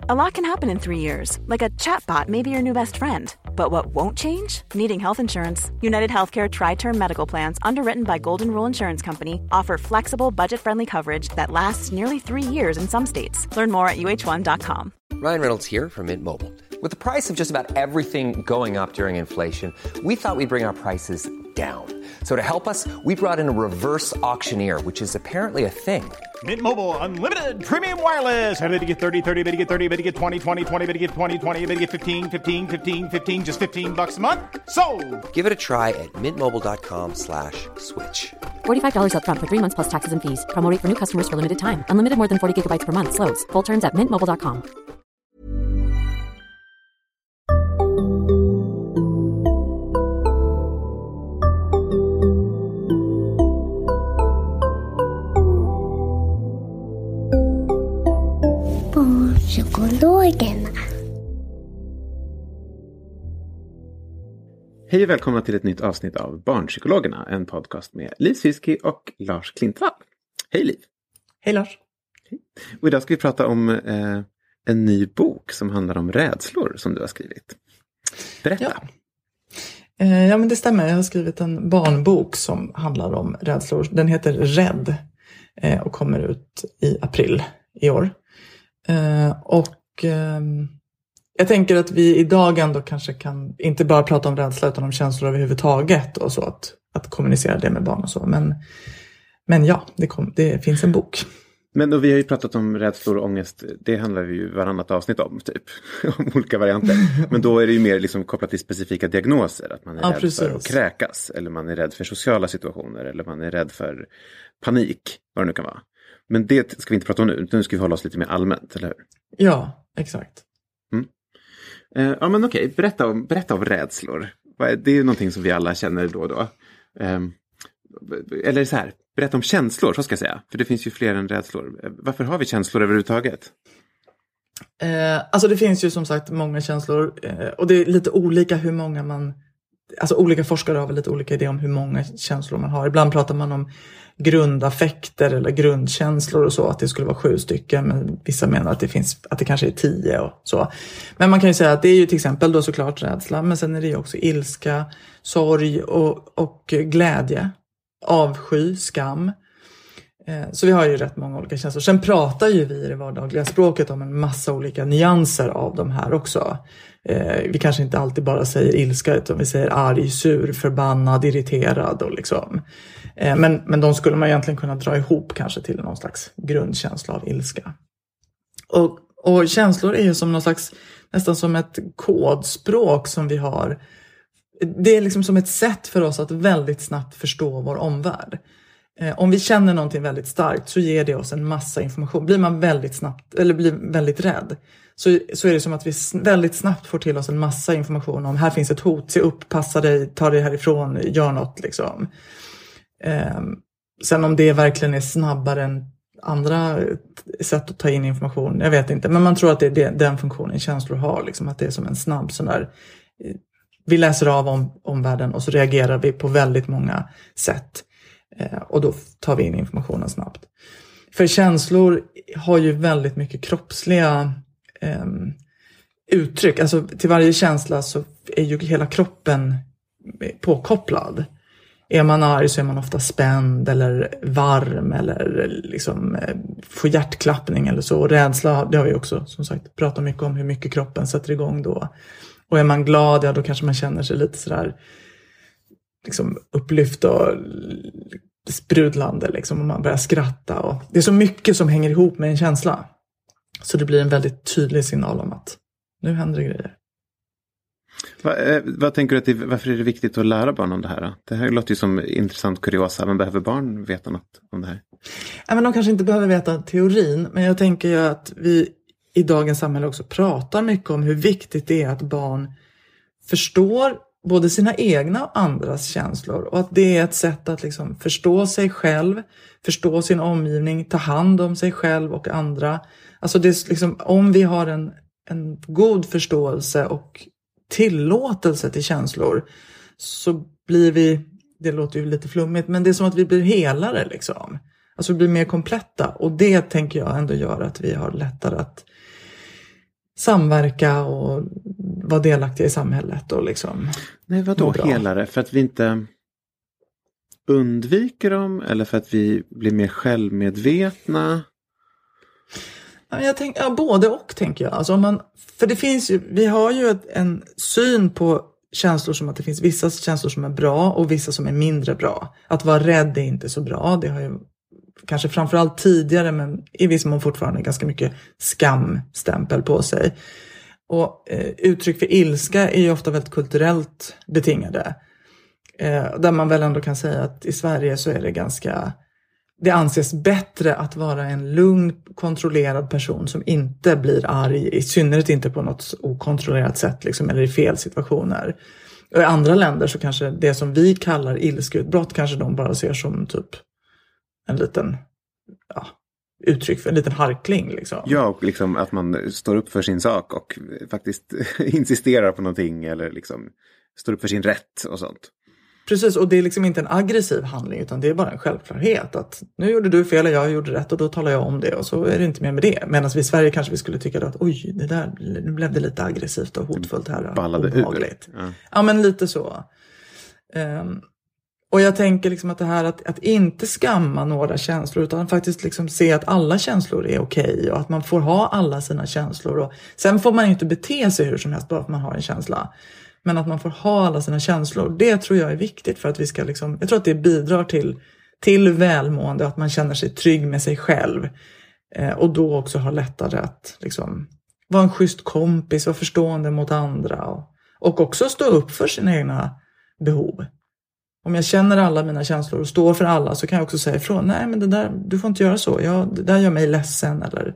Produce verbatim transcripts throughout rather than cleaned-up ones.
A lot can happen in three years, like a chatbot may be your new best friend. But what won't change? Needing health insurance. United Healthcare Tri-Term Medical Plans, underwritten by Golden Rule Insurance Company, offer flexible, budget-friendly coverage that lasts nearly three years in some states. Learn more at U H one dot com. Ryan Reynolds here from Mint Mobile. With the price of just about everything going up during inflation, we thought we'd bring our prices down. So to help us, we brought in a reverse auctioneer, which is apparently a thing. Mint Mobile Unlimited Premium Wireless. How to get thirty, thirty, how to get thirty, how to get twenty, twenty, twenty, how to get twenty, twenty, how to get fifteen, fifteen, fifteen, fifteen, just fifteen bucks a month? Sold! Give it a try at mintmobile.com slash switch. forty-five dollars up front for three months plus taxes and fees. Promo rate for new customers for limited time. Unlimited more than forty gigabytes per month. Slows full terms at mint mobile dot com. Barnpsykologerna. Hej och välkomna till ett nytt avsnitt av Barnpsykologerna, en podcast med Liv Sviski och Lars Klintvall. Hej Liv! Hej Lars! Hej. Och idag ska vi prata om eh, en ny bok som handlar om rädslor som du har skrivit. Berätta! Ja. Eh, ja men det stämmer, jag har skrivit en barnbok som handlar om rädslor. Den heter Rädd eh, och kommer ut i april i år. Eh, och eh, jag tänker att vi idag ändå kanske kan inte bara prata om rädsla utan om känslor överhuvudtaget och så att, att kommunicera det med barn och så. Men, men ja, det, kom, det finns en bok. Men då, vi har ju pratat om rädslor och ångest, det handlar vi ju varannat avsnitt om typ, om olika varianter. Men då är det ju mer liksom kopplat till specifika diagnoser, att man är ja, rädd precis. för att kräkas, eller man är rädd för sociala situationer, eller man är rädd för panik, vad det nu kan vara. Men det ska vi inte prata om nu, nu ska vi hålla oss lite mer allmänt, eller hur? Ja, exakt. Mm. Uh, ja men okej, berätta om, berätta om rädslor. Det är ju någonting som vi alla känner då och då. Um, eller så här, berätta om känslor, så ska jag säga. För det finns ju fler än rädslor. Varför har vi känslor överhuvudtaget? Eh, alltså det finns ju som sagt många känslor. Eh, och det är lite olika hur många man... Alltså olika forskare har väl lite olika idéer om hur många känslor man har. Ibland pratar man om grundaffekter eller grundkänslor och så. Att det skulle vara sju stycken. Men vissa menar att det, finns, att det kanske är tio och så. Men man kan ju säga att det är ju till exempel då såklart rädsla. Men sen är det ju också ilska, sorg och, och glädje. Avsky, skam. Så vi har ju rätt många olika känslor. Sen pratar ju vi i det vardagliga språket om en massa olika nyanser av de här också. Vi kanske inte alltid bara säger ilska utan vi säger arg, sur, förbannad, irriterad och liksom. Men, men de skulle man egentligen kunna dra ihop kanske till någon slags grundkänsla av ilska. Och, och känslor är ju som någon slags, nästan som ett kodspråk som vi har. Det är liksom som ett sätt för oss att väldigt snabbt förstå vår omvärld. Eh, om vi känner någonting väldigt starkt så ger det oss en massa information. Blir man väldigt snabbt eller blir väldigt rädd så, så är det som att vi väldigt snabbt får till oss en massa information om här finns ett hot, se upp, passa dig, ta dig härifrån, gör något liksom. Eh, sen om det verkligen är snabbare än andra sätt att ta in information, jag vet inte. Men man tror att det är det, den funktionen känslor har, liksom, att det är som en snabb sån där... Vi läser av om, om världen och så reagerar vi på väldigt många sätt. Eh, och då tar vi in informationen snabbt. För känslor har ju väldigt mycket kroppsliga eh, uttryck. Alltså till varje känsla så är ju hela kroppen påkopplad. Är man arg så är man ofta spänd eller varm eller liksom eh, får hjärtklappning eller så. Och rädsla, det har vi också som sagt pratat mycket om hur mycket kroppen sätter igång då. Och är man glad, ja då kanske man känner sig lite sådär liksom upplyft och sprudlande liksom. Och man börjar skratta. Och det är så mycket som hänger ihop med en känsla. Så det blir en väldigt tydlig signal om att nu händer det grejer. Va, eh, vad tänker du att det, varför är det viktigt att lära barn om det här? Då? Det här låter ju som intressant kuriosa. Men behöver barn veta något om det här? Ja, men de kanske inte behöver veta teorin. Men jag tänker ju att vi... i dagens samhälle också pratar mycket om hur viktigt det är att barn förstår både sina egna och andras känslor. Och att det är ett sätt att liksom förstå sig själv, förstå sin omgivning, ta hand om sig själv och andra. Alltså det är liksom, om vi har en, en god förståelse och tillåtelse till känslor så blir vi, det låter ju lite flummigt, men det är som att vi blir helare liksom. Alltså vi blir mer kompletta och det tänker jag ändå gör att vi har lättare att samverka och vara delaktiga i samhället och liksom. Nej, vadå helare? För att vi inte undviker dem eller för att vi blir mer självmedvetna? Jag tänker, ja, både och tänker jag. Alltså om man, för det finns ju, vi har ju ett, en syn på känslor som att det finns vissa känslor som är bra och vissa som är mindre bra. Att vara rädd är inte så bra. Det har ju kanske framförallt tidigare, men i viss mån fortfarande ganska mycket skamstämpel på sig. Och eh, uttryck för ilska är ju ofta väldigt kulturellt betingade. Eh, där man väl ändå kan säga att i Sverige så är det ganska, det anses bättre att vara en lugn, kontrollerad person som inte blir arg, i synnerhet inte på något okontrollerat sätt liksom, eller i fel situationer. Och i andra länder så kanske det som vi kallar ilskeutbrott kanske de bara ser som typ en liten, ja, uttryck för en liten harkling liksom. Ja, och liksom att man står upp för sin sak och faktiskt insisterar på någonting eller liksom står upp för sin rätt och sånt. Precis, och det är liksom inte en aggressiv handling utan det är bara en självklarhet att nu gjorde du fel och jag gjorde rätt och då talar jag om det och så är det inte mer med det. Medan vi i Sverige kanske vi skulle tycka att oj, det där, nu blev det lite aggressivt och hotfullt här. Ballade obehagligt. Ja. ja, men lite så. Um, och jag tänker liksom att det här att, att inte skamma några känslor utan faktiskt liksom se att alla känslor är okej och att man får ha alla sina känslor. Och sen får man ju inte bete sig hur som helst bara för att man har en känsla. Men att man får ha alla sina känslor, det tror jag är viktigt för att vi ska liksom, jag tror att det bidrar till, till välmående, att man känner sig trygg med sig själv. Eh, och då också har lättare att liksom vara en schysst kompis, vara förstående mot andra. Och, och också stå upp för sina egna behov. Om jag känner alla mina känslor och står för alla så kan jag också säga ifrån, nej men det där, du får inte göra så, jag, det där gör mig ledsen eller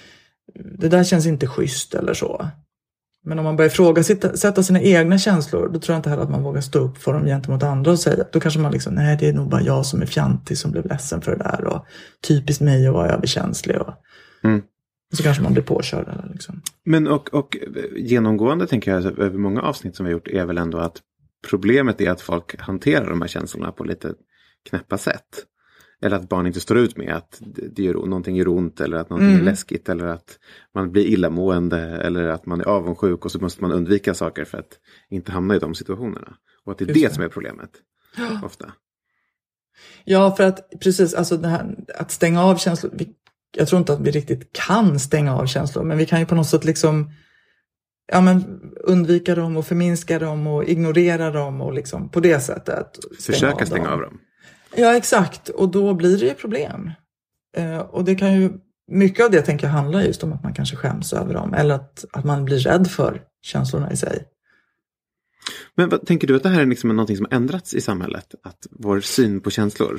det där känns inte schysst eller så. Men om man börjar ifrågasätta sina egna känslor, då tror jag inte heller att man vågar stå upp för dem gentemot andra och säga, då kanske man liksom, nej det är nog bara jag som är fjantig som blev ledsen för det där och typiskt mig att vara överkänslig och mm. så kanske man blir påkörd eller liksom. Men och, och genomgående tänker jag över många avsnitt som vi har gjort är väl ändå att problemet är att folk hanterar de här känslorna på lite knäppa sätt. Eller att barn inte står ut med att det gör, någonting gör ont eller att någonting mm. är läskigt eller att man blir illamående eller att man är avundsjuk och så måste man undvika saker för att inte hamna i de situationerna. Och att det är det, det som är problemet. Ja. Ofta. Ja, för att precis, alltså det här, att stänga av känslor, vi, jag tror inte att vi riktigt kan stänga av känslor, men vi kan ju på något sätt liksom ja, men undvika dem och förminska dem och ignorera dem och liksom på det sättet stänga försöka av stänga av dem. Ja, exakt. Och då blir det ju problem. Eh, och det kan ju, mycket av det tänker jag handlar just om att man kanske skäms över dem. Eller att, att man blir rädd för känslorna i sig. Men vad, tänker du att det här är liksom någonting som ändrats i samhället? Att vår syn på känslor?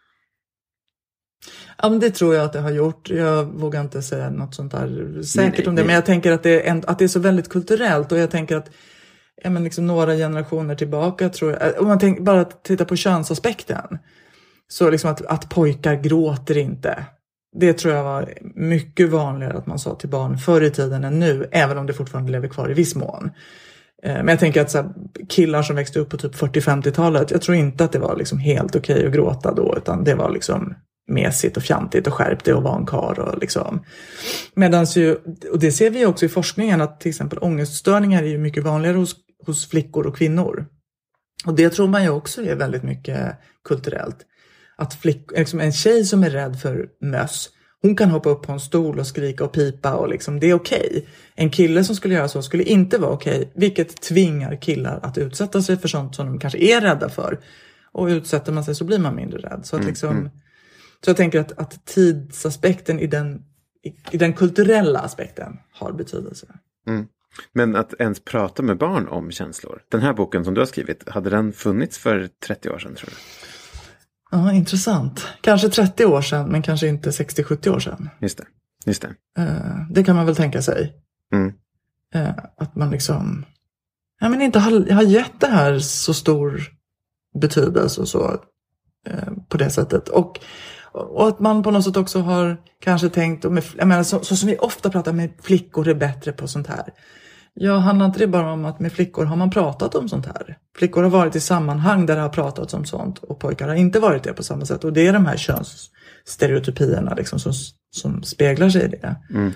Ja, men det tror jag att det har gjort. Jag vågar inte säga något sånt där säkert nej, om det. Nej. Men jag tänker att det, är, att det är så väldigt kulturellt. Och jag tänker att ja, men liksom några generationer tillbaka tror jag. Om man tänker, bara titta på könsaspekten. Så liksom att, att pojkar gråter inte. Det tror jag var mycket vanligare att man sa till barn förr i tiden än nu. Även om det fortfarande lever kvar i viss mån. Men jag tänker att så här, killar som växte upp på typ fyrtio-femtiotalet. Jag tror inte att det var liksom helt okej att gråta då. Utan det var liksom mesigt och fjantigt och skärpt det och var en kar och liksom. Medans ju, och det ser vi också i forskningen att till exempel ångeststörningar är ju mycket vanligare hos, hos flickor och kvinnor. Och det tror man ju också är väldigt mycket kulturellt. Att flick, liksom en tjej som är rädd för möss, hon kan hoppa upp på en stol och skrika och pipa och liksom det är okej. En kille som skulle göra så skulle inte vara okej, vilket tvingar killar att utsätta sig för sånt som de kanske är rädda för. Och utsätter man sig så blir man mindre rädd. Så att liksom mm, mm. Så jag tänker att, att tidsaspekten i den, i, i den kulturella aspekten har betydelse. Mm. Men att ens prata med barn om känslor. Den här boken som du har skrivit, hade den funnits för trettio år sedan tror du? Ja, intressant. Kanske trettio år sedan, men kanske inte sextio-sjuttio år sedan. Just det, just det. Uh, det kan man väl tänka sig. Mm. Uh, att man liksom ja, men inte har, har gett det här så stor betydelse och så uh, på det sättet. Och Och att man på något sätt också har kanske tänkt, och med, jag menar, så, så som vi ofta pratar med flickor är bättre på sånt här. Ja, handlar inte det bara om att med flickor har man pratat om sånt här? Flickor har varit i sammanhang där det har pratats om sånt och pojkar har inte varit det på samma sätt. Och det är de här könsstereotypierna liksom som, som speglar sig i det. Mm.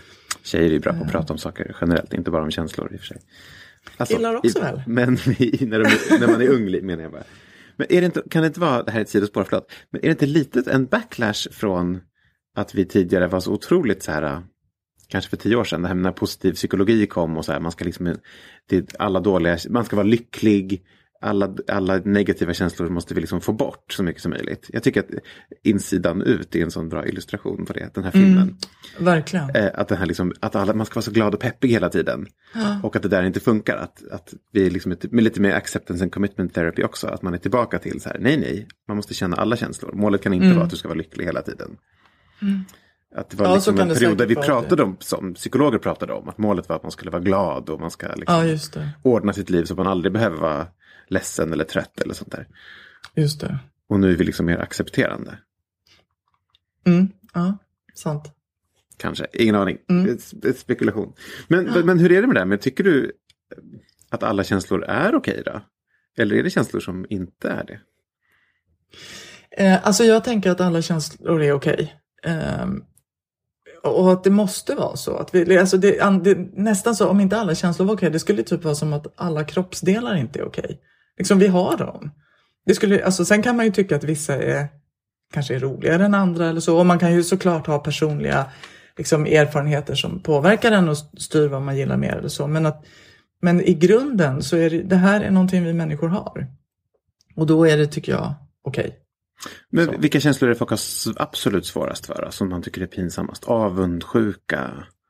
Tjejer är ju bra på att prata om saker generellt, inte bara om känslor i och för sig. Alltså, killar också i, väl? Men i, när, de, när man är ung, menar jag bara. Men är det inte, kan det inte vara, det här är ett sidospår, förlåt, men är det inte lite en backlash från att vi tidigare var så otroligt så här, kanske för tio år sedan, det här när positiv psykologi kom och så här, man ska liksom, det, alla dåliga, man ska vara lycklig, alla, alla negativa känslor måste vi liksom få bort så mycket som möjligt. Jag tycker att insidan ut är en sån bra illustration på det, den här filmen. Mm, verkligen. Eh, att, den här liksom, att alla, man ska vara så glad och peppig hela tiden. Ja. Och att det där inte funkar. Att, att vi är liksom ett, med lite mer acceptance and commitment therapy också. Att man är tillbaka till så här, nej nej, man måste känna alla känslor. Målet kan inte mm. vara att du ska vara lycklig hela tiden. Mm. Att det var ja, liksom en period där vi pratade det. om, som psykologer pratade om, att målet var att man skulle vara glad och man ska liksom ja, just det. ordna sitt liv så att man aldrig behöver vara ledsen eller trött eller sånt där. Just det. Och nu är vi liksom mer accepterande. Mm, ja, sant. Kanske, ingen aning. Mm. Ett, ett spekulation. Men, ja. men hur är det med det här? Men tycker du att alla känslor är okej då? Eller är det känslor som inte är det? Eh, alltså jag tänker att alla känslor är okej. Eh, och att det måste vara så. Att vi, alltså det, det, nästan så, om inte alla känslor var okej, det skulle typ vara som att alla kroppsdelar inte är okej. Liksom vi har dem. Det skulle, alltså, sen kan man ju tycka att vissa är kanske är roligare än andra eller så. Och man kan ju såklart ha personliga liksom, erfarenheter som påverkar en och styr vad man gillar mer eller så. Men, att, men i grunden så är det, det här är någonting vi människor har. Och då är det, tycker jag, okej. Okay. Men så. Vilka känslor är det folk har absolut svårast för? Som man tycker är pinsammast? Avundsjuka?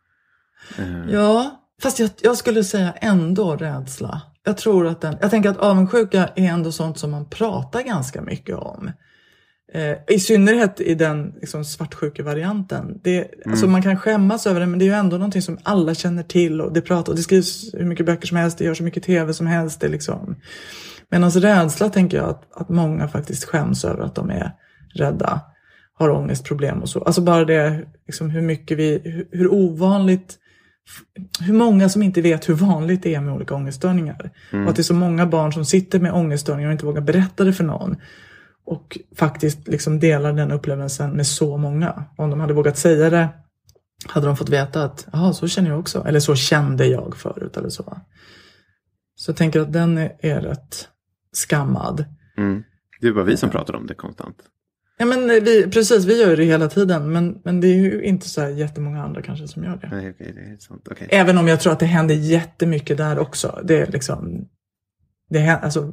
Eh. Ja, fast jag, jag skulle säga ändå rädsla. Jag tror att den, jag tänker att avundsjuka är ändå sånt som man pratar ganska mycket om. Eh, I synnerhet i den liksom, svartsjuke-varianten. Det, mm. alltså, man kan skämmas över det, men det är ju ändå någonting som alla känner till. Och det, pratar, och det skrivs hur mycket böcker som helst, det gör så mycket tv som helst. Det, liksom. Medan rädsla tänker jag att, att många faktiskt skäms över att de är rädda. Har ångestproblem och så. Alltså bara det, liksom, hur mycket vi, hur, hur ovanligt, hur många som inte vet hur vanligt det är med olika ångeststörningar. Mm. Och att det är så många barn som sitter med ångeststörningar och inte vågar berätta det för någon. Och faktiskt liksom delar den upplevelsen med så många. Om de hade vågat säga det hade de fått veta att ja, så känner jag också. Eller så kände jag förut eller så. Så jag tänker att den är, är rätt skammad. Mm. Det är bara vi som pratar om det konstant. Ja, men vi, precis, vi gör det hela tiden. Men, men det är ju inte så här jättemånga andra kanske som gör det. Nej, okej, det är sant. Okay. Även om jag tror att det händer jättemycket där också. Det är liksom... Det händer, alltså...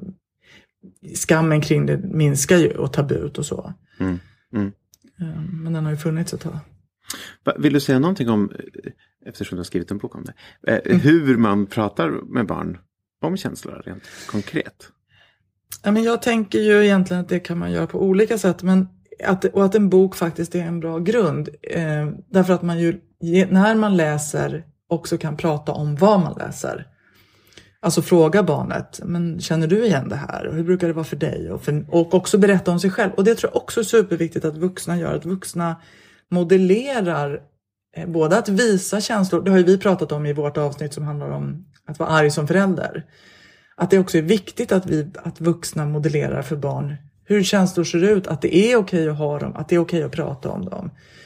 Skammen kring det minskar ju och tabut och så. Mm. Mm. Men den har ju funnits ett tag. Vill du säga någonting om, eftersom du har skrivit en bok om det, mm. hur man pratar med barn om känslor rent konkret? Ja, men jag tänker ju egentligen att det kan man göra på olika sätt. Men att, och att en bok faktiskt är en bra grund. Eh, därför att man ju, när man läser, också kan prata om vad man läser. Alltså fråga barnet, men känner du igen det här? Och hur brukar det vara för dig? Och, för, och också berätta om sig själv. Och det tror jag också är superviktigt att vuxna gör. Att vuxna modellerar eh, både att visa känslor. Det har ju vi pratat om i vårt avsnitt som handlar om att vara arg som förälder. Att det också är viktigt att, vi, att vuxna modellerar för barn hur känslor ser ut. Att det är okej att ha dem, att det är okej att prata om dem.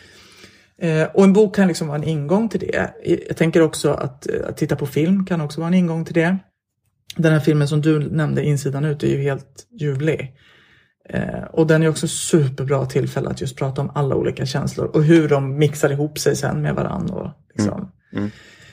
Eh, och en bok kan liksom vara en ingång till det. Jag tänker också att, att titta på film kan också vara en ingång till det. Den här filmen som du nämnde, Insidan ut, är ju helt ljuvlig. Eh, och den är också superbra tillfälle att just prata om alla olika känslor. Och hur de mixar ihop sig sen med varandra. Och liksom. Mm.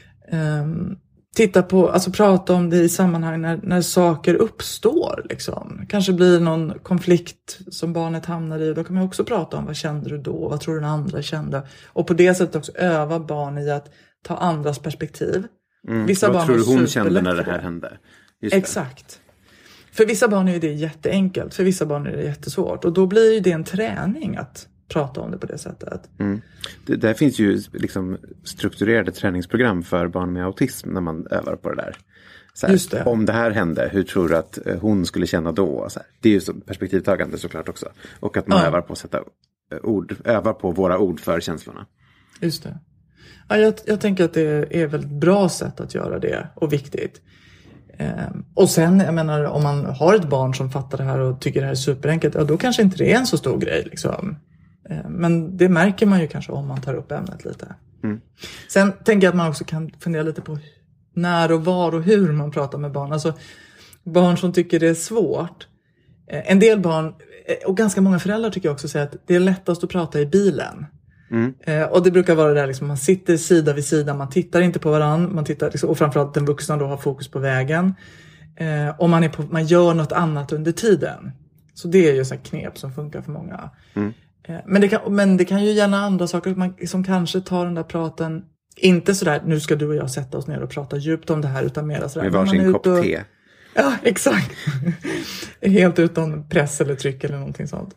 Mm. Eh, titta på, alltså prata om det i sammanhang när, när saker uppstår. Liksom. Kanske blir någon konflikt som barnet hamnar i. Då kan man också prata om vad kände du då? Vad tror du den andra kände? Och på det sättet också öva barn i att ta andras perspektiv. Mm. Vissa vad barn tror du hon kände när det här hände? Just Exakt. Det. För vissa barn är det jätteenkelt. För vissa barn är det jättesvårt. Och då blir det en träning att prata om det på det sättet. Mm. Det, där finns ju liksom strukturerade träningsprogram för barn med autism när man övar på det där. Så här, Just det. Om det här hände, hur tror du att hon skulle känna då? Så här. Det är ju så perspektivtagande såklart också. Och att man ja. övar på att sätta ord, övar på våra ord för känslorna. Just det. Ja, jag, jag tänker att det är ett väldigt bra sätt att göra det och viktigt. Um, och sen, jag menar, om man har ett barn som fattar det här och tycker det här är superenkelt, ja, då kanske inte det är en så stor grej liksom. Men det märker man ju kanske om man tar upp ämnet lite. Mm. Sen tänker jag att man också kan fundera lite på när och var och hur man pratar med barn. Alltså barn som tycker det är svårt. En del barn, och ganska många föräldrar tycker jag också, säger att det är lättast att prata i bilen. Mm. Och det brukar vara det där liksom, man sitter sida vid sida, man tittar inte på varandra, man tittar liksom, och framförallt den vuxna då har fokus på vägen. Och man, är på, man gör något annat under tiden. Så det är ju så här knep som funkar för många. Mm. Men, det kan, men det kan ju gärna andra saker man, som kanske tar den där praten, inte sådär, nu ska du och jag sätta oss ner och prata djupt om det här, utan mer sådär. Med varsin kopp te. Ja, exakt. Helt utan press eller tryck eller någonting sånt.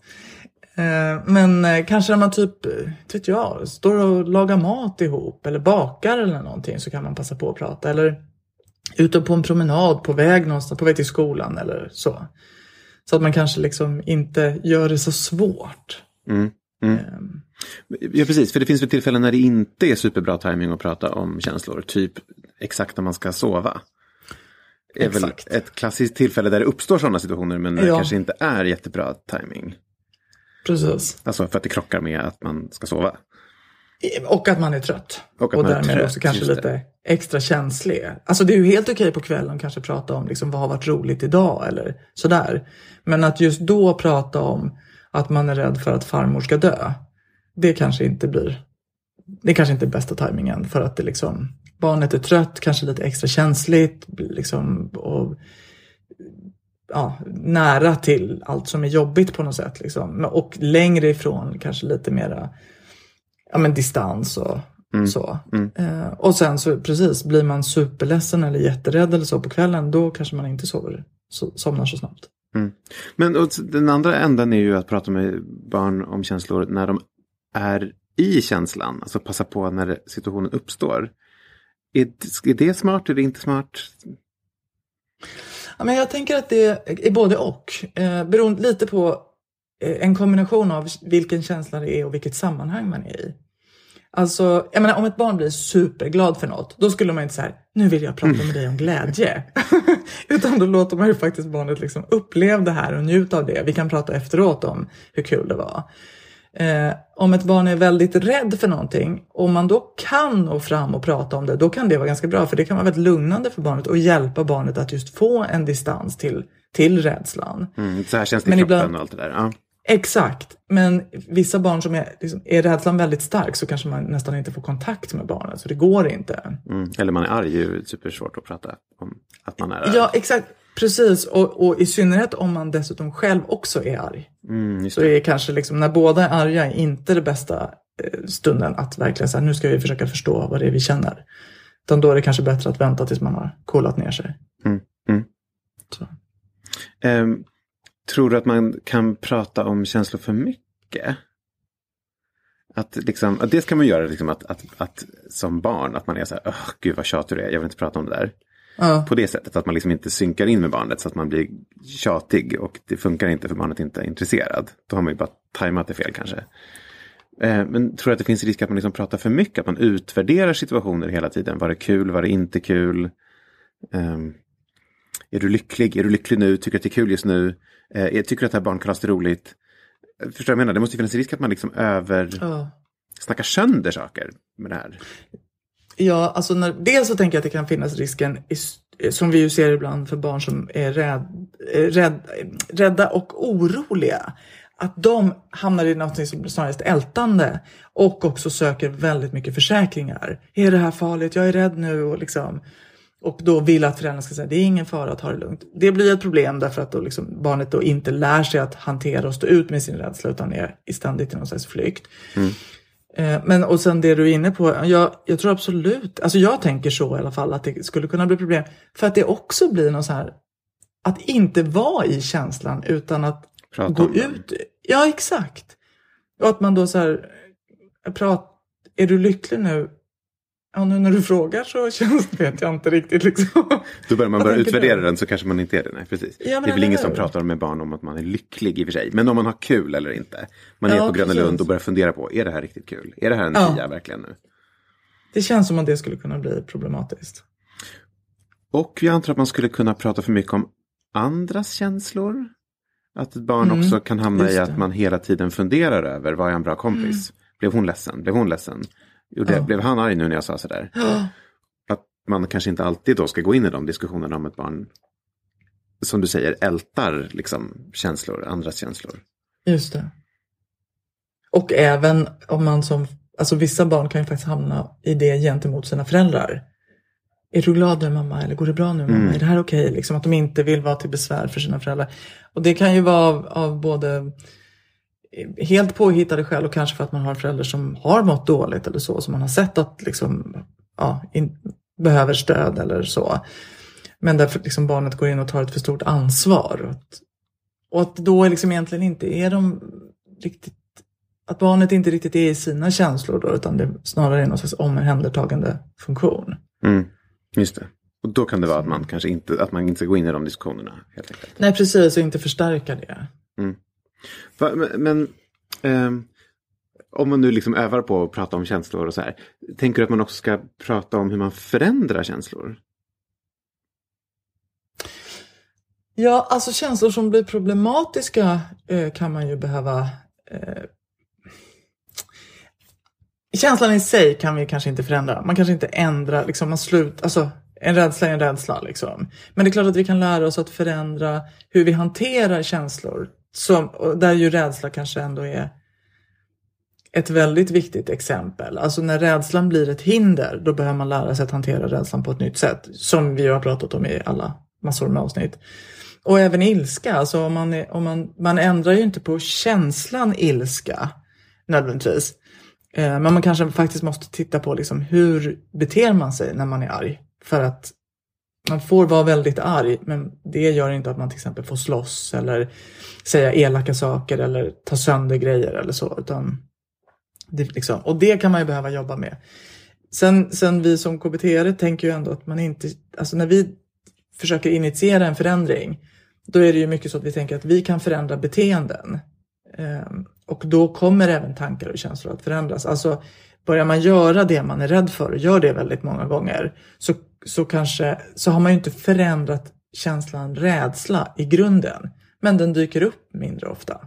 Men kanske när man typ, vet jag, står och lagar mat ihop eller bakar eller någonting, så kan man passa på att prata. Eller ute på en promenad på väg någonstans, på väg till skolan eller så. Så att man kanske liksom inte gör det så svårt. Mm. Mm. Um. Ja, precis. För det finns väl tillfällen när det inte är superbra timing att prata om känslor. Typ exakt när man ska sova. Det är exakt. Väl ett klassiskt tillfälle där det uppstår sådana situationer, men det ja. kanske inte är jättebra timing. Precis. Alltså för att det krockar med att man ska sova. Och att man är trött. Och, och man därmed är trött, också kanske lite extra känslig. Alltså det är ju helt okej på kvällen kanske prata om liksom, vad har varit roligt idag eller sådär. Men att just då prata om att man är rädd för att farmor ska dö. Det kanske inte blir, det kanske inte är bästa tajmingen, för att det liksom, barnet är trött, kanske lite extra känsligt liksom, och ja, nära till allt som är jobbigt på något sätt liksom. Och längre ifrån kanske lite mera ja, men distans och mm. så. Mm. Eh, och sen så precis, blir man superledsen eller jätterädd eller så på kvällen, då kanske man inte sover, so- somnar så snabbt. Mm. Men och den andra änden är ju att prata med barn om känslor när de är i känslan. Alltså passa på när situationen uppstår. Är, är det smart eller inte smart? Ja, men jag tänker att det är både och. Eh, beroende lite på eh, en kombination av vilken känsla det är och vilket sammanhang man är i. Alltså, jag menar, om ett barn blir superglad för något, då skulle man inte säga, nu vill jag prata med dig om glädje. Utan då låter man ju faktiskt barnet liksom uppleva det här och njuta av det. Vi kan prata efteråt om hur kul det var. Eh, om ett barn är väldigt rädd för någonting, och man då kan nå fram och prata om det, då kan det vara ganska bra, för det kan vara väldigt lugnande för barnet och hjälpa barnet att just få en distans till, till rädslan. Mm, så här känns det i kroppen ibland, och allt det där. Ja. Exakt, men vissa barn som är, liksom, är rädslan väldigt stark, så kanske man nästan inte får kontakt med barnet, så det går inte. Mm, eller man är arg, det är ju supersvårt att prata om att man är arg. Ja, exakt. Precis, och, och i synnerhet om man dessutom själv också är arg. Mm, just det. Så är kanske liksom, när båda är arga, är inte det bästa stunden att verkligen säga, nu ska vi försöka förstå vad det är vi känner. Utan då är det kanske bättre att vänta tills man har kollat ner sig. Mm, mm. Så. Um, tror du att man kan prata om känslor för mycket? Att liksom, att det kan man göra liksom att, att, att som barn, att man är så här, åh gud vad tjatig du är, jag vill inte prata om det där. Ja. På det sättet att man liksom inte synkar in med barnet så att man blir tjatig och det funkar inte för barnet inte är intresserad. Då har man ju bara tajmat det fel kanske. Eh, men tror du att det finns risk att man liksom pratar för mycket? Att man utvärderar situationer hela tiden. Var det kul? Var det inte kul? Eh, är du lycklig? Är du lycklig nu? Tycker du att det är kul just nu? Eh, tycker du att det här barnkalaset är roligt? Förstår du vad jag menar? Det måste ju finnas risk att man liksom över... Ja. Snackar sönder saker med det här. Ja, alltså när, dels så tänker jag att det kan finnas risken, som vi ju ser ibland för barn som är rädd, rädd, rädda och oroliga, att de hamnar i något som snarast ältande och också söker väldigt mycket försäkringar. Är det här farligt? Jag är rädd nu och liksom, och då vill att föräldrarna ska säga, det är ingen fara, att ta det lugnt. Det blir ett problem därför att då liksom barnet då inte lär sig att hantera och stå ut med sin rädsla, utan är ständigt i någon slags flykt. Mm. Men och sen det du är inne på, jag, jag tror absolut, alltså jag tänker så i alla fall, att det skulle kunna bli problem. För att det också blir något så här, att inte vara i känslan utan att prata gå ut. Ja, exakt. Och att man då så här, prat, är du lycklig nu? Ja, nu när du frågar så känns det, vet jag inte riktigt liksom. Då börjar man börja utvärdera den, så kanske man inte är det. Nej, precis. Ja, det är väl ingen som pratar med barn om att man är lycklig i och för sig. Men om man har kul eller inte. Man är ja, på Gröna Lund och börjar fundera på, är det här riktigt kul? Är det här en tia ja. verkligen nu? Det känns som att det skulle kunna bli problematiskt. Och jag antar att man skulle kunna prata för mycket om andras känslor. Att ett barn Mm, också kan hamna just i det. att man hela tiden funderar över, vad är en bra kompis? Mm. Blev hon ledsen? Blev hon ledsen? Gjorde, Ja. Blev han arg nu när jag sa sådär? Ja. Att man kanske inte alltid då ska gå in i de diskussionerna om ett barn, som du säger, ältar liksom känslor, andras känslor. Just det. Och även om man som, alltså vissa barn kan ju faktiskt hamna i det gentemot sina föräldrar. Är du glad nu mamma? Eller går det bra nu mamma? Mm. Är det här okej? Okay? Liksom att de inte vill vara till besvär för sina föräldrar. Och det kan ju vara av, av både helt påhittade skäl och kanske för att man har föräldrar som har mått dåligt eller så. Som man har sett att liksom, ja, in, behöver stöd eller så. Men därför liksom barnet går in och tar ett för stort ansvar. Och att, och att då liksom egentligen inte är de riktigt, att barnet inte riktigt är i sina känslor då, utan det snarare är någon slags omhändertagande funktion. Mm, just det. Och då kan det vara att man kanske inte, att man inte ska gå in i de diskussionerna helt enkelt. Nej, precis, och inte förstärka det. Mm. Va, men men ehm, om man nu liksom övar på att prata om känslor och så här, tänker du att man också ska prata om hur man förändrar känslor? Ja, alltså känslor som blir problematiska eh, kan man ju behöva... Eh, känslan i sig kan vi kanske inte förändra. Man kanske inte ändrar, liksom man slut, alltså en rädsla är en rädsla liksom. Men det är klart att vi kan lära oss att förändra hur vi hanterar känslor. Som, och där ju rädsla kanske ändå är ett väldigt viktigt exempel. Alltså när rädslan blir ett hinder, då behöver man lära sig att hantera rädslan på ett nytt sätt. Som vi har pratat om i alla massor med avsnitt. Och även ilska, alltså om man, är, om man, man ändrar ju inte på känslan ilska nödvändigtvis. Eh, men man kanske faktiskt måste titta på liksom, hur beter man sig när man är arg. För att man får vara väldigt arg, men det gör inte att man till exempel får slåss eller säga elaka saker eller ta sönder grejer eller så. Utan det, liksom, och det kan man ju behöva jobba med. Sen, sen vi som K B T-are tänker ju ändå att man inte, alltså när vi försöker initiera en förändring, då är det ju mycket så att vi tänker att vi kan förändra beteenden. Um, och då kommer även tankar och känslor att förändras. Alltså börjar man göra det man är rädd för och gör det väldigt många gånger, så, så kanske så har man ju inte förändrat känslan rädsla i grunden. Men den dyker upp mindre ofta.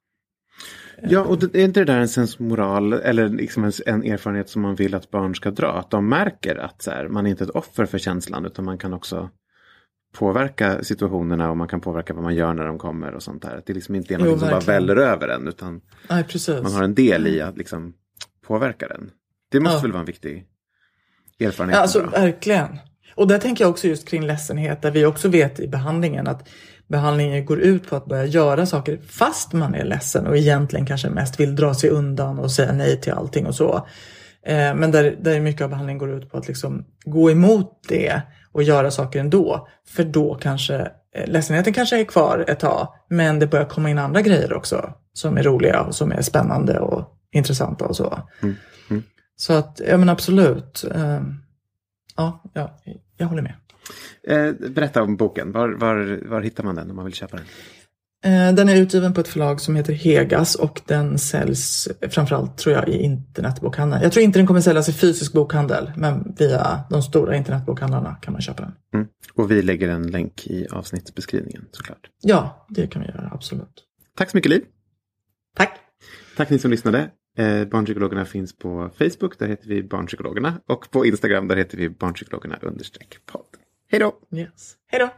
Ja, och det, är inte det där en sensmoral eller liksom en, en erfarenhet som man vill att barn ska dra? Att de märker att så här, man är inte ett offer för känslan, utan man kan också påverka situationerna och man kan påverka vad man gör när de kommer och sånt där. Att det liksom inte är något som bara väller över en, utan Nej, precis. man har en del i att liksom påverka den. Det måste ja. väl vara en viktig erfarenhet. Ja, alltså verkligen. Och där tänker jag också just kring ledsenhet, där vi också vet i behandlingen att behandlingen går ut på att börja göra saker fast man är ledsen och egentligen kanske mest vill dra sig undan och säga nej till allting och så. Eh, men där, där mycket av behandlingen går ut på att liksom gå emot det och göra saker ändå. För då kanske eh, ledsenheten kanske är kvar ett tag, men det börjar komma in andra grejer också som är roliga och som är spännande och intressanta och så. Mm. Mm. Så att, ja men absolut. Eh, ja, ja, jag håller med. Eh, berätta om boken. Var, var, var hittar man den om man vill köpa den? Eh, den är utgiven på ett förlag som heter Hegas och den säljs framförallt tror jag i internetbokhandeln. Jag tror inte den kommer säljas i fysisk bokhandel, men via de stora internetbokhandlarna kan man köpa den. Mm. Och vi lägger en länk i avsnittsbeskrivningen såklart. Ja, det kan vi göra, absolut. Tack så mycket, Liv. Tack. Tack ni som lyssnade. Eh, Barnpsykologerna finns på Facebook, där heter vi Barnpsykologerna. Och på Instagram, där heter vi Barnpsykologerna understreck podd. Hej då! Yes. Hej då!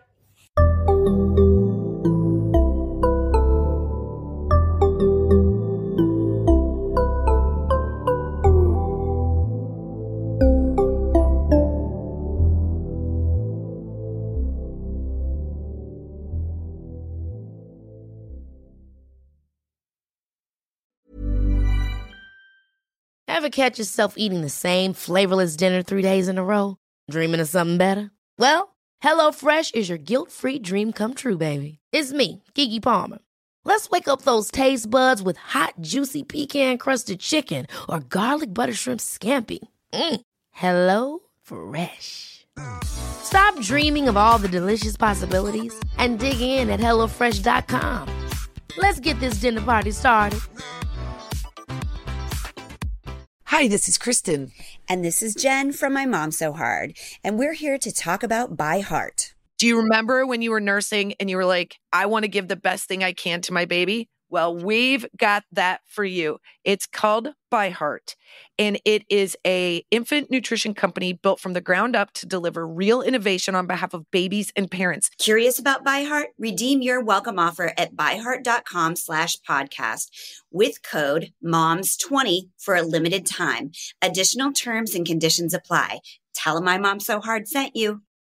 Ever catch yourself eating the same flavorless dinner three days in a row? Dreaming of something better? Well, HelloFresh is your guilt-free dream come true, baby. It's me, Keke Palmer. Let's wake up those taste buds with hot, juicy pecan-crusted chicken or garlic butter shrimp scampi. Mm. Hello Fresh. Stop dreaming of all the delicious possibilities and dig in at hello fresh dot com. Let's get this dinner party started. Hi, this is Kristen. And this is Jen from My Mom So Hard. And we're here to talk about By Heart. Do you remember when you were nursing and you were like, I want to give the best thing I can to my baby? Well, we've got that for you. It's called ByHeart, and it is a infant nutrition company built from the ground up to deliver real innovation on behalf of babies and parents. Curious about ByHeart? Redeem your welcome offer at byheart.com slash podcast with code moms twenty for a limited time. Additional terms and conditions apply. Tell them my Mom So Hard sent you.